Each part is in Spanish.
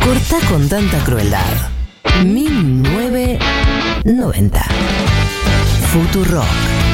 Cortá con tanta crueldad. 1990. Futurock.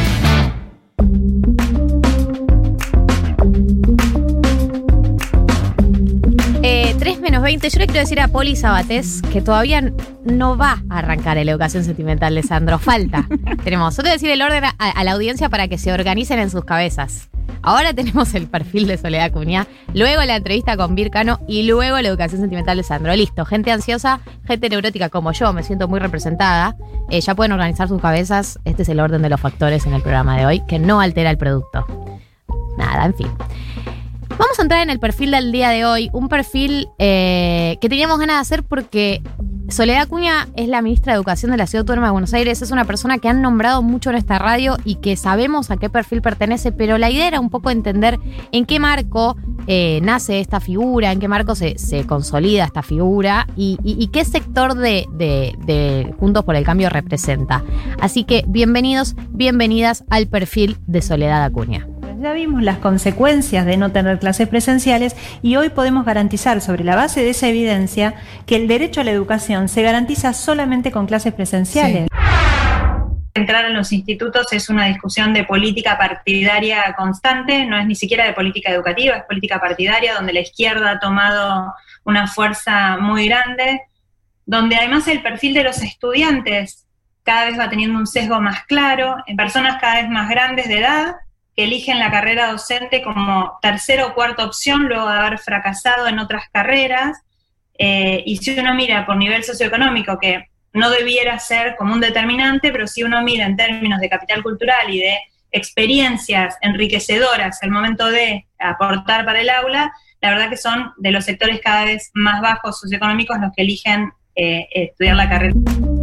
3:20. Yo le quiero decir a Poli Sabatés que todavía no va a arrancar la educación sentimental de Sandro. Falta. Tenemos, yo te voy a decir el orden a la audiencia para que se organicen en sus cabezas. Ahora tenemos el perfil de Soledad Acuña, luego la entrevista con Vircano y luego la educación sentimental de Sandro. Listo, gente ansiosa, gente neurótica como yo, me siento muy representada. Ya pueden organizar sus cabezas. Este es el orden de los factores en el programa de hoy, que no altera el producto. Nada, en fin. Vamos a entrar en el perfil del día de hoy, un perfil que teníamos ganas de hacer porque Soledad Acuña es la ministra de Educación de la Ciudad Autónoma de Buenos Aires, es una persona que han nombrado mucho en esta radio y que sabemos a qué perfil pertenece, pero la idea era un poco entender en qué marco nace esta figura, en qué marco se consolida esta figura y qué sector de Juntos por el Cambio representa. Así que bienvenidos, bienvenidas al perfil de Soledad Acuña. Ya vimos las consecuencias de no tener clases presenciales y hoy podemos garantizar sobre la base de esa evidencia que el derecho a la educación se garantiza solamente con clases presenciales. Sí. Entrar a los institutos es una discusión de política partidaria constante, no es ni siquiera de política educativa, es política partidaria, donde la izquierda ha tomado una fuerza muy grande, donde además el perfil de los estudiantes cada vez va teniendo un sesgo más claro, en personas cada vez más grandes de edad, que eligen la carrera docente como tercera o cuarta opción luego de haber fracasado en otras carreras, y si uno mira por nivel socioeconómico, que no debiera ser como un determinante, pero si uno mira en términos de capital cultural y de experiencias enriquecedoras al momento de aportar para el aula, la verdad que son de los sectores cada vez más bajos socioeconómicos los que eligen estudiar la carrera.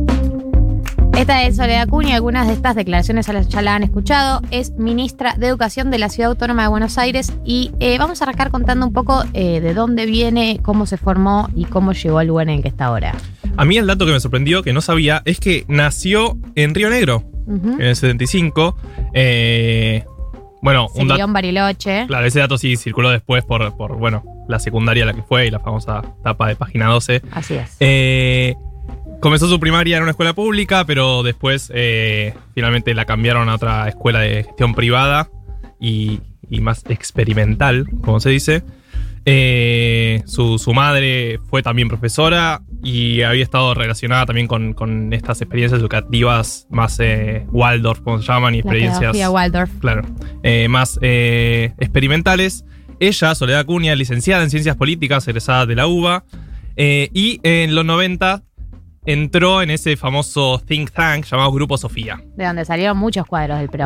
Esta es Soledad Acuña, algunas de estas declaraciones ya la han escuchado, es ministra de Educación de la Ciudad Autónoma de Buenos Aires y vamos a arrancar contando un poco de dónde viene, cómo se formó y cómo llegó al lugar en el que está ahora. A mí el dato que me sorprendió, que no sabía, es que nació en Río Negro, en el 75. Bueno, se crió en Bariloche. Claro, ese dato sí circuló después por la secundaria a la que fue y la famosa tapa de Página 12. Así es. Comenzó su primaria en una escuela pública, pero después finalmente la cambiaron a otra escuela de gestión privada y más experimental, como se dice. Su madre fue también profesora y había estado relacionada también con estas experiencias educativas más Waldorf, como se llaman, y experiencias. La pedagogía Waldorf. Claro, más experimentales. Ella, Soledad Acuña, licenciada en Ciencias Políticas, egresada de la UBA, y en los 90 entró en ese famoso think tank llamado Grupo Sofía. De donde salieron muchos cuadros del PRO.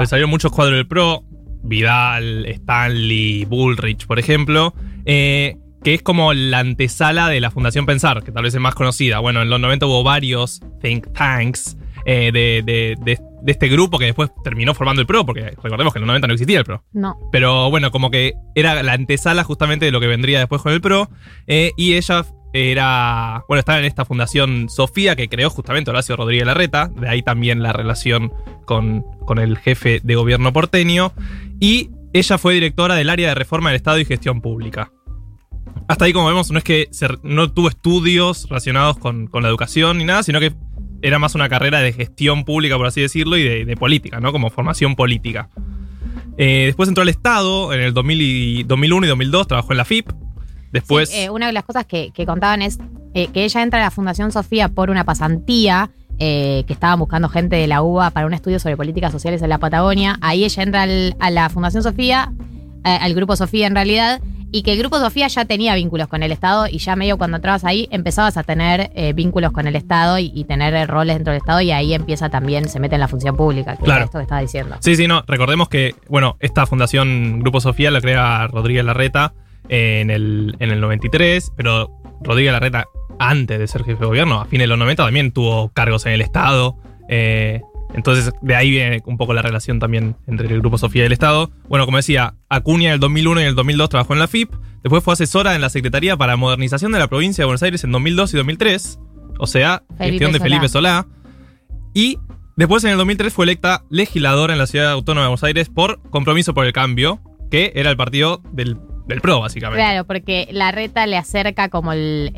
Vidal, Stanley, Bullrich, por ejemplo, que es como la antesala de la Fundación Pensar, que tal vez es más conocida. Bueno, en los 90 hubo varios think tanks de este grupo que después terminó formando el PRO, porque recordemos que en los 90 no existía el PRO. No. Pero bueno, como que era la antesala justamente de lo que vendría después con el PRO, y ella estaba en esta Fundación Sofía que creó justamente Horacio Rodríguez Larreta, de ahí también la relación con el jefe de gobierno porteño, y ella fue directora del área de reforma del Estado y gestión pública. Hasta ahí, como vemos, no es que no tuvo estudios relacionados con la educación ni nada, sino que era más una carrera de gestión pública, por así decirlo, y de política, ¿no? Como formación política. Después entró al Estado en el 2001 y 2002, trabajó en la FIP. Después, sí, una de las cosas que contaban es que ella entra a la Fundación Sofía por una pasantía, que estaban buscando gente de la UBA para un estudio sobre políticas sociales en la Patagonia. Ahí ella entra a la Fundación Sofía, al Grupo Sofía en realidad, y que el Grupo Sofía ya tenía vínculos con el Estado y ya medio cuando entrabas ahí empezabas a tener vínculos con el Estado y tener roles dentro del Estado, y ahí empieza también, se mete en la función pública, que claro. Es esto que estaba diciendo. Sí, no, recordemos que, esta Fundación Grupo Sofía la crea Rodríguez Larreta en el 93, pero Rodríguez Larreta, antes de ser jefe de gobierno, a fines de los 90 también tuvo cargos en el Estado. Entonces, de ahí viene un poco la relación también entre el Grupo Sofía y el Estado. Bueno, como decía, Acuña en el 2001 y en el 2002 trabajó en la FIP. Después fue asesora en la Secretaría para Modernización de la Provincia de Buenos Aires en 2002 y 2003. O sea, gestión de Felipe Solá. Y después, en el 2003, fue electa legisladora en la Ciudad Autónoma de Buenos Aires por Compromiso por el Cambio, que era el partido del del PRO, básicamente. Claro, porque Larreta le acerca como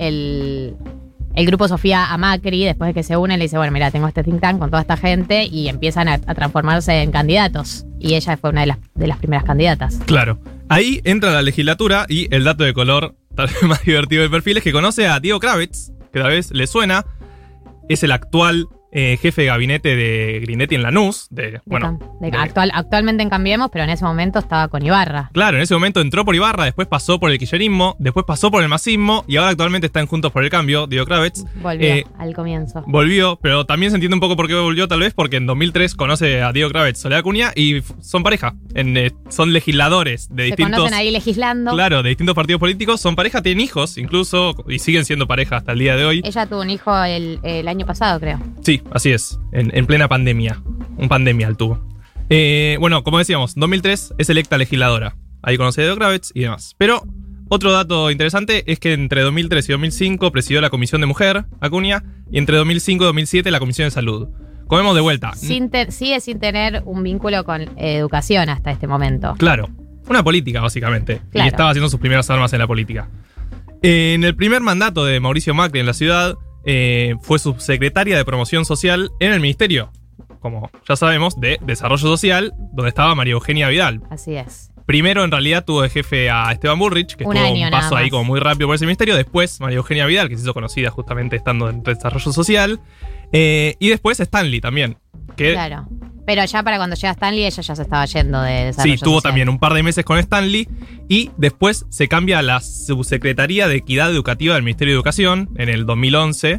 el grupo Sofía a Macri, después de que se une, le dice, bueno, mira, tengo este think tank con toda esta gente, y empiezan a transformarse en candidatos. Y ella fue una de las primeras candidatas. Claro. Ahí entra la legislatura y el dato de color tal vez más divertido del perfil es que conoce a Diego Kravetz, que tal vez le suena, es el actual jefe de gabinete de Grindetti en Lanús. Actualmente en Cambiemos, pero en ese momento estaba con Ibarra. Claro, en ese momento entró por Ibarra, después pasó por el kirchnerismo, después pasó por el masismo y ahora actualmente está en Juntos por el Cambio, Diego Kravetz. Volvió al comienzo. Volvió, pero también se entiende un poco por qué volvió, tal vez porque en 2003 conoce a Diego Kravetz, Soledad Acuña, y son pareja. Son legisladores de distintos... Se conocen ahí legislando. Claro, de distintos partidos políticos. Son pareja, tienen hijos incluso, y siguen siendo pareja hasta el día de hoy. Ella tuvo un hijo el año pasado, creo. Sí, así es, en plena pandemia. Un pandemial tuvo. Bueno, como decíamos, en 2003 es electa legisladora. Ahí conoce a Diego Kravetz y demás. Pero otro dato interesante es que entre 2003 y 2005 presidió la Comisión de Mujer, Acuña, y entre 2005 y 2007 la Comisión de Salud. Comemos de vuelta. Sigue sin tener un vínculo con educación hasta este momento. Claro, una política básicamente. Claro. Y estaba haciendo sus primeras armas en la política. En el primer mandato de Mauricio Macri en la ciudad, fue subsecretaria de Promoción Social en el Ministerio, como ya sabemos, de Desarrollo Social, donde estaba María Eugenia Vidal. Así es. Primero, en realidad, tuvo de jefe a Esteban Bullrich, que estuvo un paso ahí como muy rápido por ese ministerio. Después, María Eugenia Vidal, que se hizo conocida justamente estando en Desarrollo Social. Y después Stanley también. Claro. Pero ya para cuando llega Stanley, ella ya se estaba yendo de Desarrollo Sí, tuvo Social. también un par de meses con Stanley. Y después se cambia a la Subsecretaría de Equidad Educativa del Ministerio de Educación en el 2011.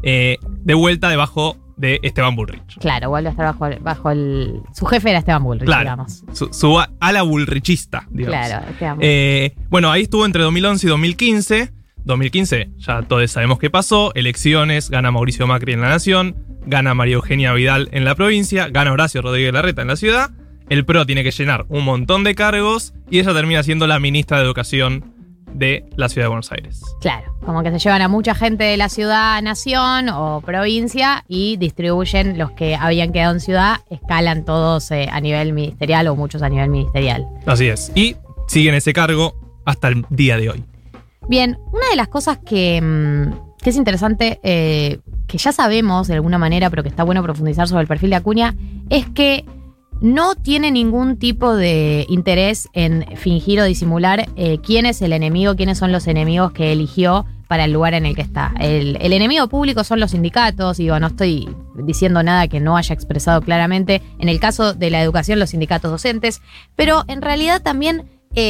De vuelta debajo de Esteban Bullrich. Claro, vuelve a estar bajo su jefe era Esteban Bullrich, claro, digamos. Su ala bullrichista, digamos. Claro, Esteban Bullrich. Bueno, ahí estuvo entre 2011 y 2015. 2015, ya todos sabemos qué pasó. Elecciones, gana Mauricio Macri en la Nación, gana María Eugenia Vidal en la provincia, gana Horacio Rodríguez Larreta en la ciudad. El PRO tiene que llenar un montón de cargos y ella termina siendo la ministra de Educación de la ciudad de Buenos Aires. Claro, como que se llevan a mucha gente de la ciudad, nación o provincia y distribuyen los que habían quedado en ciudad, escalan todos a nivel ministerial o muchos a nivel ministerial. Así es. Y siguen ese cargo hasta el día de hoy. Bien, una de las cosas que es interesante, que ya sabemos de alguna manera, pero que está bueno profundizar sobre el perfil de Acuña, es que no tiene ningún tipo de interés en fingir o disimular quién es el enemigo, quiénes son los enemigos que eligió para el lugar en el que está. El enemigo público son los sindicatos, digo, no estoy diciendo nada que no haya expresado claramente. En el caso de la educación, los sindicatos docentes, pero en realidad también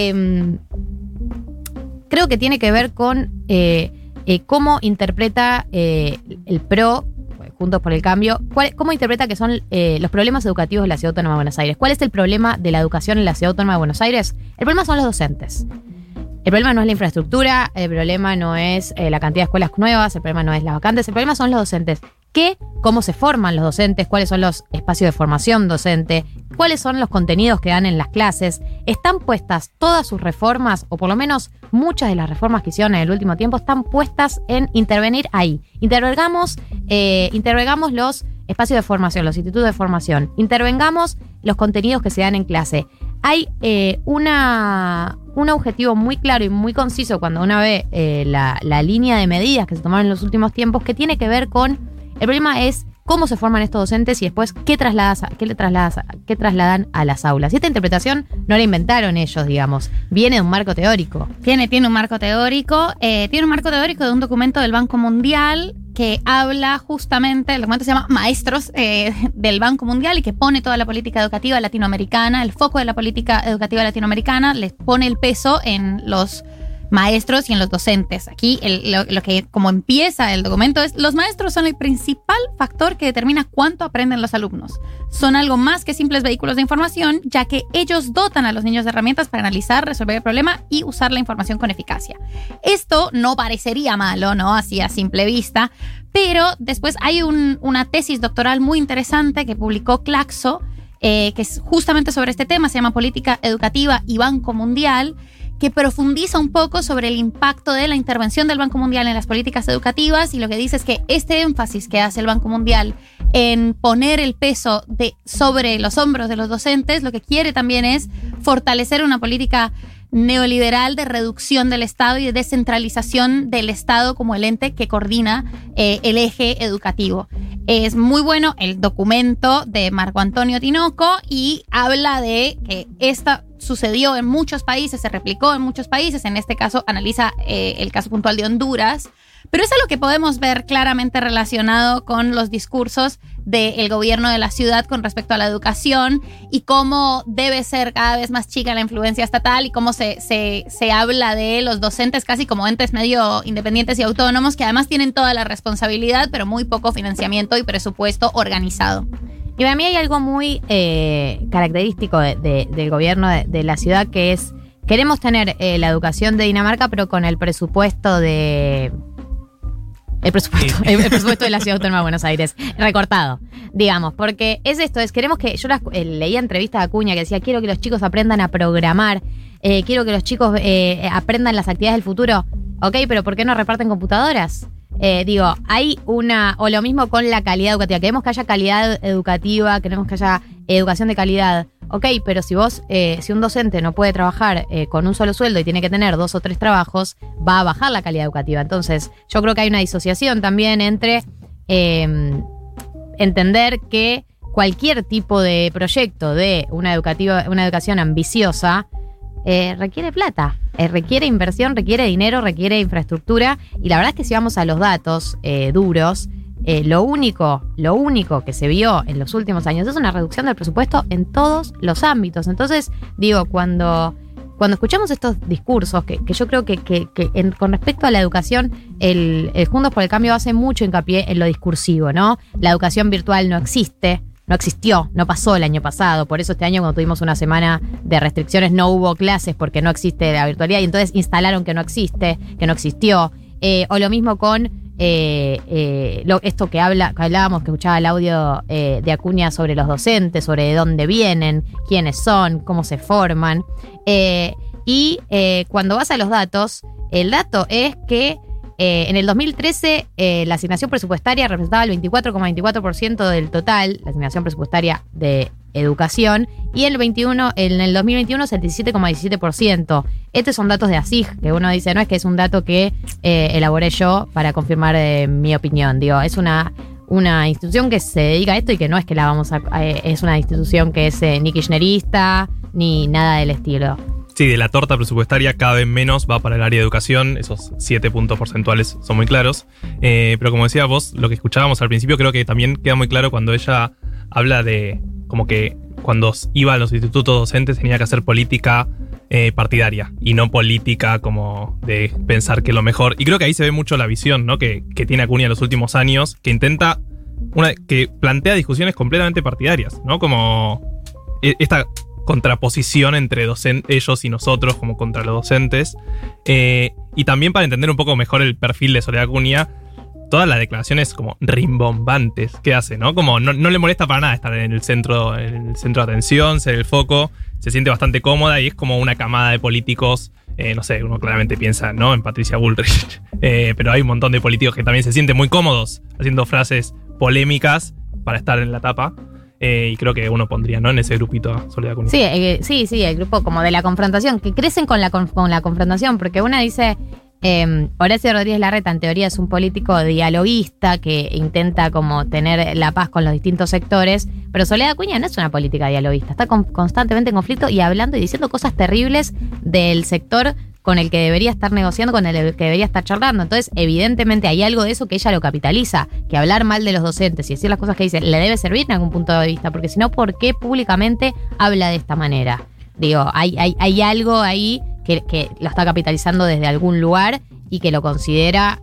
creo que tiene que ver con cómo interpreta el PRO, Juntos por el Cambio, cómo interpreta que son los problemas educativos de la Ciudad Autónoma de Buenos Aires. ¿Cuál es el problema de la educación en la Ciudad Autónoma de Buenos Aires? El problema son los docentes. El problema no es la infraestructura, el problema no es la cantidad de escuelas nuevas, el problema no es las vacantes, el problema son los docentes. ¿Cómo se forman los docentes? ¿Cuáles son los espacios de formación docente? ¿Cuáles son los contenidos que dan en las clases? ¿Están puestas todas sus reformas, o por lo menos muchas de las reformas que hicieron en el último tiempo, están puestas en intervenir ahí? Intervengamos los espacios de formación, los institutos de formación. Intervengamos los contenidos que se dan en clase. Hay un objetivo muy claro y muy conciso cuando uno ve la línea de medidas que se tomaron en los últimos tiempos, que tiene que ver con... El problema es cómo se forman estos docentes y después qué trasladan a las aulas. Y esta interpretación no la inventaron ellos, digamos. Viene de un marco teórico. Tiene un marco teórico. Tiene un marco teórico de un documento del Banco Mundial que habla justamente, el documento se llama Maestros del Banco Mundial, y que pone toda la política educativa latinoamericana, el foco de la política educativa latinoamericana, les pone el peso en los maestros y en los docentes. Aquí lo que como empieza el documento es: los maestros son el principal factor que determina cuánto aprenden los alumnos. Son algo más que simples vehículos de información, ya que ellos dotan a los niños de herramientas para analizar, resolver el problema y usar la información con eficacia. Esto no parecería malo, ¿no? Así a simple vista, pero después hay una tesis doctoral muy interesante que publicó Claxo, que es justamente sobre este tema, se llama Política Educativa y Banco Mundial, que profundiza un poco sobre el impacto de la intervención del Banco Mundial en las políticas educativas, y lo que dice es que este énfasis que hace el Banco Mundial en poner el peso sobre los hombros de los docentes, lo que quiere también es fortalecer una política neoliberal de reducción del Estado y de descentralización del Estado como el ente que coordina el eje educativo. Es muy bueno el documento de Marco Antonio Tinoco y habla de que esta sucedió en muchos países, se replicó en muchos países, en este caso analiza el caso puntual de Honduras, pero es algo que podemos ver claramente relacionado con los discursos del gobierno de la ciudad con respecto a la educación y cómo debe ser cada vez más chica la influencia estatal y cómo se habla de los docentes casi como entes medio independientes y autónomos que además tienen toda la responsabilidad pero muy poco financiamiento y presupuesto organizado. Y para mí hay algo muy característico del gobierno de la ciudad que es, queremos tener la educación de Dinamarca pero con el presupuesto de... El presupuesto de la Ciudad Autónoma de Buenos Aires, recortado, digamos, porque es esto, queremos que, yo leía entrevistas de Acuña que decía, quiero que los chicos aprendan a programar, quiero que los chicos aprendan las actividades del futuro, ok, pero ¿por qué no reparten computadoras? Hay o lo mismo con la calidad educativa, queremos que haya calidad educativa, queremos que haya educación de calidad, ok, pero si un docente no puede trabajar con un solo sueldo y tiene que tener 2 o 3 trabajos, va a bajar la calidad educativa. Entonces, yo creo que hay una disociación también entre entender que cualquier tipo de proyecto de una educación ambiciosa requiere plata, requiere inversión, requiere dinero, requiere infraestructura, y la verdad es que si vamos a los datos duros, lo único que se vio en los últimos años es una reducción del presupuesto en todos los ámbitos. Entonces, cuando escuchamos estos discursos, que yo creo que con respecto a la educación, el Juntos por el Cambio hace mucho hincapié en lo discursivo, ¿no? La educación virtual no existió, no pasó el año pasado. Por eso este año, cuando tuvimos una semana de restricciones, no hubo clases porque no existe la virtualidad y entonces instalaron que no existió. O lo mismo con esto que hablábamos, que escuchaba el audio de Acuña sobre los docentes, sobre de dónde vienen, quiénes son, cómo se forman. Cuando vas a los datos, el dato es que en el 2013 la asignación presupuestaria representaba el 24,24% del total, la asignación presupuestaria de educación, y en el 2021 es el 17,17%. Estos son datos de ASIG, que uno dice, no es que es un dato que elaboré yo para confirmar mi opinión. Es una institución que se dedica a esto y que no es que es una institución que es ni kirchnerista ni nada del estilo. Sí, de la torta presupuestaria cada vez menos va para el área de educación, esos 7 puntos porcentuales son muy claros. Pero como decía vos, lo que escuchábamos al principio creo que también queda muy claro cuando ella habla de como que cuando iba a los institutos docentes tenía que hacer política partidaria y no política como de pensar que lo mejor. Y creo que ahí se ve mucho la visión, ¿no? que tiene Acuña en los últimos años, que intenta, que plantea discusiones completamente partidarias, ¿no? Como esta contraposición entre ellos y nosotros como contra los docentes. Y también para entender un poco mejor el perfil de Soledad Acuña, todas las declaraciones como rimbombantes que hace, ¿no? Como no le molesta para nada estar en el centro de atención, ser el foco, se siente bastante cómoda y es como una camada de políticos, no sé, uno claramente piensa, ¿no?, en Patricia Bullrich, pero hay un montón de políticos que también se sienten muy cómodos haciendo frases polémicas para estar en la tapa. Y creo que uno pondría, ¿no?, en ese grupito a Soledad Acuña. Sí, el grupo como de la confrontación, que crecen con la confrontación, porque una dice, Horacio Rodríguez Larreta en teoría es un político dialoguista que intenta como tener la paz con los distintos sectores, pero Soledad Acuña no es una política dialoguista, está constantemente en conflicto y hablando y diciendo cosas terribles del sector con el que debería estar negociando, con el que debería estar charlando. Entonces, evidentemente hay algo de eso que ella lo capitaliza, que hablar mal de los docentes y decir las cosas que dice le debe servir en algún punto de vista, porque si no, ¿por qué públicamente habla de esta manera? Hay algo ahí que lo está capitalizando desde algún lugar y que lo considera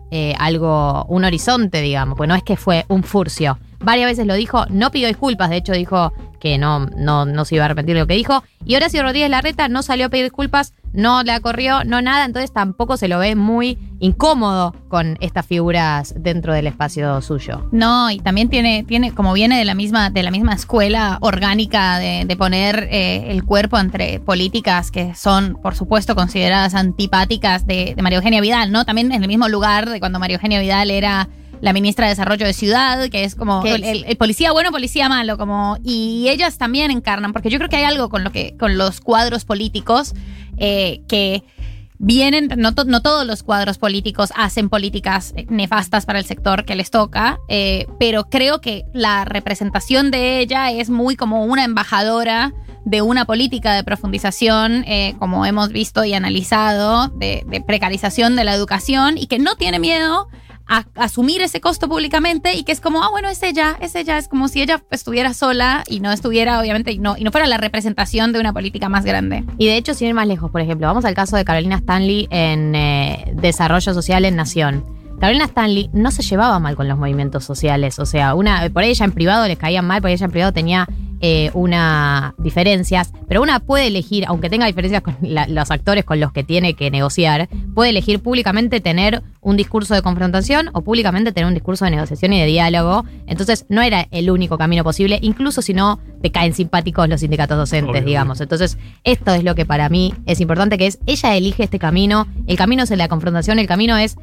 un horizonte, digamos, pues no es que fue un furcio. Varias veces lo dijo, no pidió disculpas, de hecho dijo que no se iba a arrepentir de lo que dijo. Y Horacio Rodríguez Larreta no salió a pedir disculpas, no la corrió, no nada, entonces tampoco se lo ve muy incómodo con estas figuras dentro del espacio suyo. No, y también tiene como viene de la misma escuela orgánica de poner el cuerpo entre políticas que son, por supuesto, consideradas antipáticas de María Eugenia Vidal, ¿no? También en el mismo lugar de cuando María Eugenia Vidal era la ministra de Desarrollo de Ciudad, que es como el policía bueno, policía malo, como, y ellas también encarnan, porque yo creo que hay algo con los cuadros políticos que vienen, no todos los cuadros políticos hacen políticas nefastas para el sector que les toca, pero creo que la representación de ella es muy como una embajadora de una política de profundización, como hemos visto y analizado, de precarización de la educación, y que no tiene miedo a asumir ese costo públicamente, y que es como, bueno, es ella, es como si ella estuviera sola y no estuviera, obviamente, y no fuera la representación de una política más grande. Y de hecho, sin ir más lejos, por ejemplo, vamos al caso de Carolina Stanley en Desarrollo Social en Nación. Carolina Stanley no se llevaba mal con los movimientos sociales, o sea, por ahí ella en privado les caían mal, por ahí ella en privado tenía unas diferencias, pero una puede elegir, aunque tenga diferencias con los actores con los que tiene que negociar, puede elegir públicamente tener un discurso de confrontación o públicamente tener un discurso de negociación y de diálogo. Entonces no era el único camino posible, incluso si no te caen simpáticos los sindicatos docentes, obvio, digamos. Entonces esto es lo que para mí es importante, que es ella elige este camino, el camino es el de la confrontación, el camino es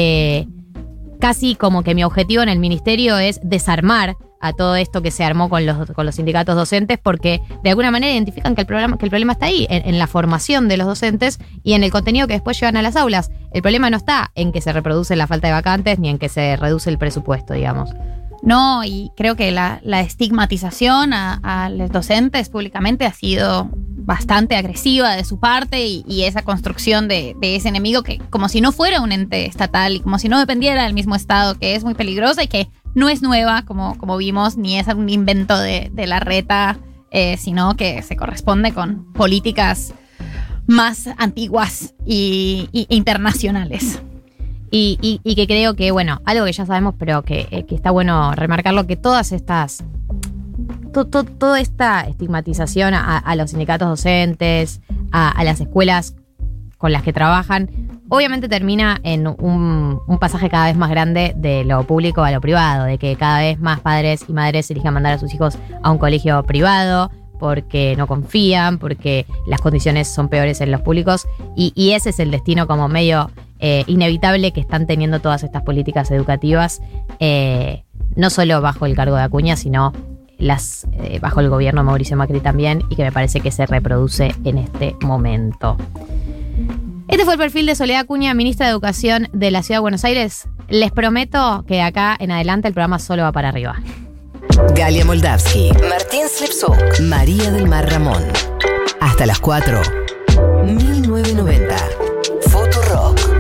casi como que mi objetivo en el ministerio es desarmar a todo esto que se armó con los sindicatos docentes, porque de alguna manera identifican que el problema está ahí, en la formación de los docentes y en el contenido que después llevan a las aulas. El problema no está en que se reproduce la falta de vacantes ni en que se reduce el presupuesto, digamos. No, y creo que la estigmatización a los docentes públicamente ha sido bastante agresiva de su parte, y esa construcción de ese enemigo que como si no fuera un ente estatal y como si no dependiera del mismo Estado, que es muy peligrosa y que no es nueva, como vimos, ni es un invento de Larreta, sino que se corresponde con políticas más antiguas e internacionales. Y que creo que, bueno, algo que ya sabemos, pero que está bueno remarcarlo, que todas estas... Toda esta estigmatización a los sindicatos docentes, a las escuelas con las que trabajan, obviamente termina en un pasaje cada vez más grande de lo público a lo privado, de que cada vez más padres y madres elijan mandar a sus hijos a un colegio privado porque no confían, porque las condiciones son peores en los públicos, y ese es el destino como medio inevitable que están teniendo todas estas políticas educativas, no solo bajo el cargo de Acuña, sino bajo el gobierno de Mauricio Macri también, y que me parece que se reproduce en este momento. Este fue el perfil de Soledad Acuña, ministra de Educación de la Ciudad de Buenos Aires. Les prometo que de acá en adelante el programa solo va para arriba. Galia Moldavsky, Martín Slipsuk, María del Mar Ramón. Hasta las 4. 1990.